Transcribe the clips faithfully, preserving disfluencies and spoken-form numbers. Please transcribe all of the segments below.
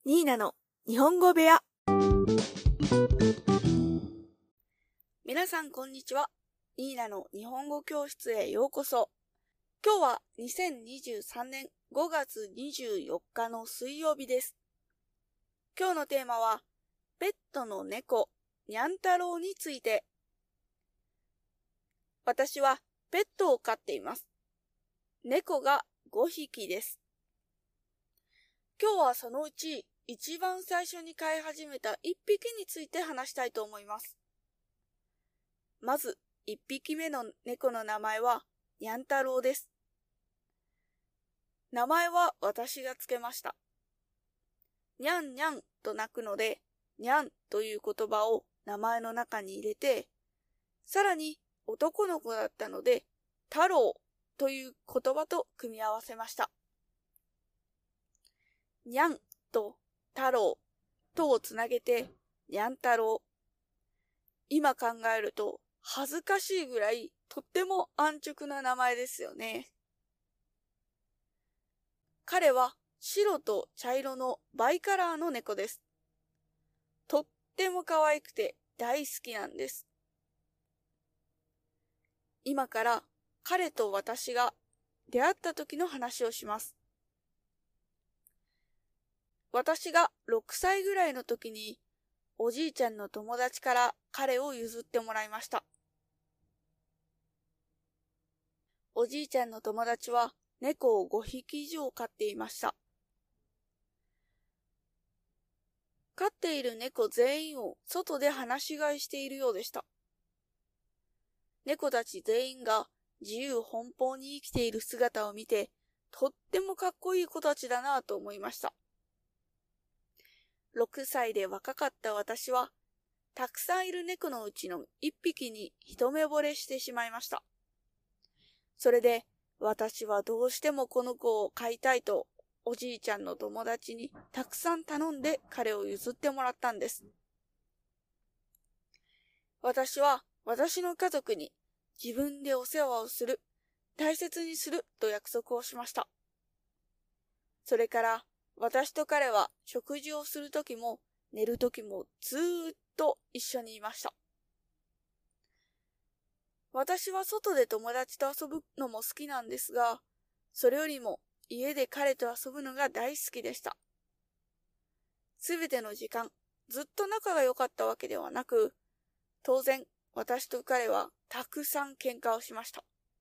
ニーナの日本語部屋。皆さんこんにちは。ニーナの日本語教室へようこそ。今日はにせんにじゅうさんねんごがつにじゅうよっかの水曜日です。今日のテーマはペットの猫にゃん太郎について。私はペットを飼っています。猫がごひきです。今日はそのうち一番最初に飼い始めたいっぴきについて話したいと思います。まずいっぴきめの猫の名前はにゃん太郎です。名前は私がつけました。にゃんにゃんと鳴くので、にゃんという言葉を名前の中に入れて、さらに男の子だったので、太郎という言葉と組み合わせました。にゃんと太郎とをつなげてにゃん太郎。今考えると恥ずかしいぐらいとっても安直な名前ですよね。彼は白と茶色のバイカラーの猫です。とっても可愛くて大好きなんです。今から彼と私が出会った時の話をします。私がろくさいぐらいの時におじいちゃんの友達から彼を譲ってもらいました。おじいちゃんの友達は猫をごひき以上飼っていました。飼っている猫全員を外で放し飼いしているようでした。猫たち全員が自由奔放に生きている姿を見て、とってもかっこいい子たちだなぁと思いました。ろくさいで若かった私は、たくさんいる猫のうちのいっぴきに一目惚れしてしまいました。それで、私はどうしてもこの子を飼いたいと、おじいちゃんの友達にたくさん頼んで彼を譲ってもらったんです。私は私の家族に自分でお世話をする、大切にすると約束をしました。それから私と彼は食事をするときも寝るときもずーっと一緒にいました。私は外で友達と遊ぶのも好きなんですが、それよりも家で彼と遊ぶのが大好きでした。すべての時間、ずっと仲が良かったわけではなく、当然私と彼はたくさん喧嘩をしました。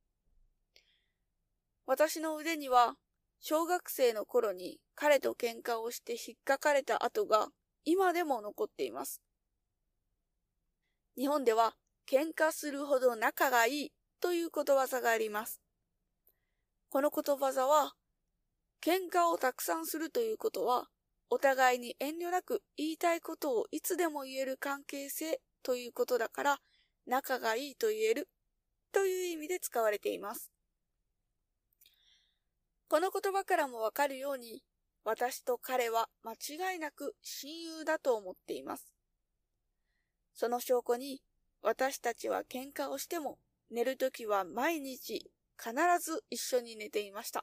私の腕には小学生の頃に彼と喧嘩をして引っかかれた跡が今でも残っています。日本では喧嘩するほど仲がいいということわざがあります。このことわざは、喧嘩をたくさんするということは、お互いに遠慮なく言いたいことをいつでも言える関係性ということだから、仲がいいと言えるという意味で使われています。この言葉からもわかるように、私と彼は間違いなく親友だと思っています。その証拠に、私たちは喧嘩をしても、寝るときは毎日必ず一緒に寝ていました。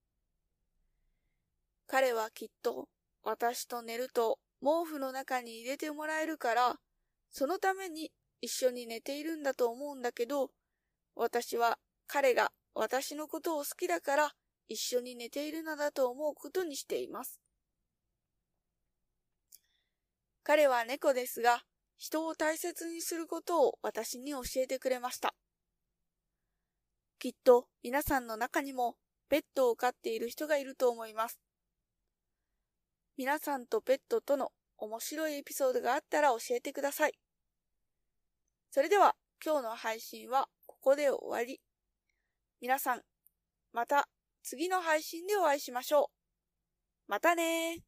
彼はきっと私と寝ると毛布の中に入れてもらえるから、そのために一緒に寝ているんだと思うんだけど、私は彼が私のことを好きだから一緒に寝ているのだと思うことにしています。彼は猫ですが、人を大切にすることを私に教えてくれました。きっと皆さんの中にもペットを飼っている人がいると思います。皆さんとペットとの面白いエピソードがあったら教えてください。それでは今日の配信はここで終わり。皆さん、また次の配信でお会いしましょう。またねー。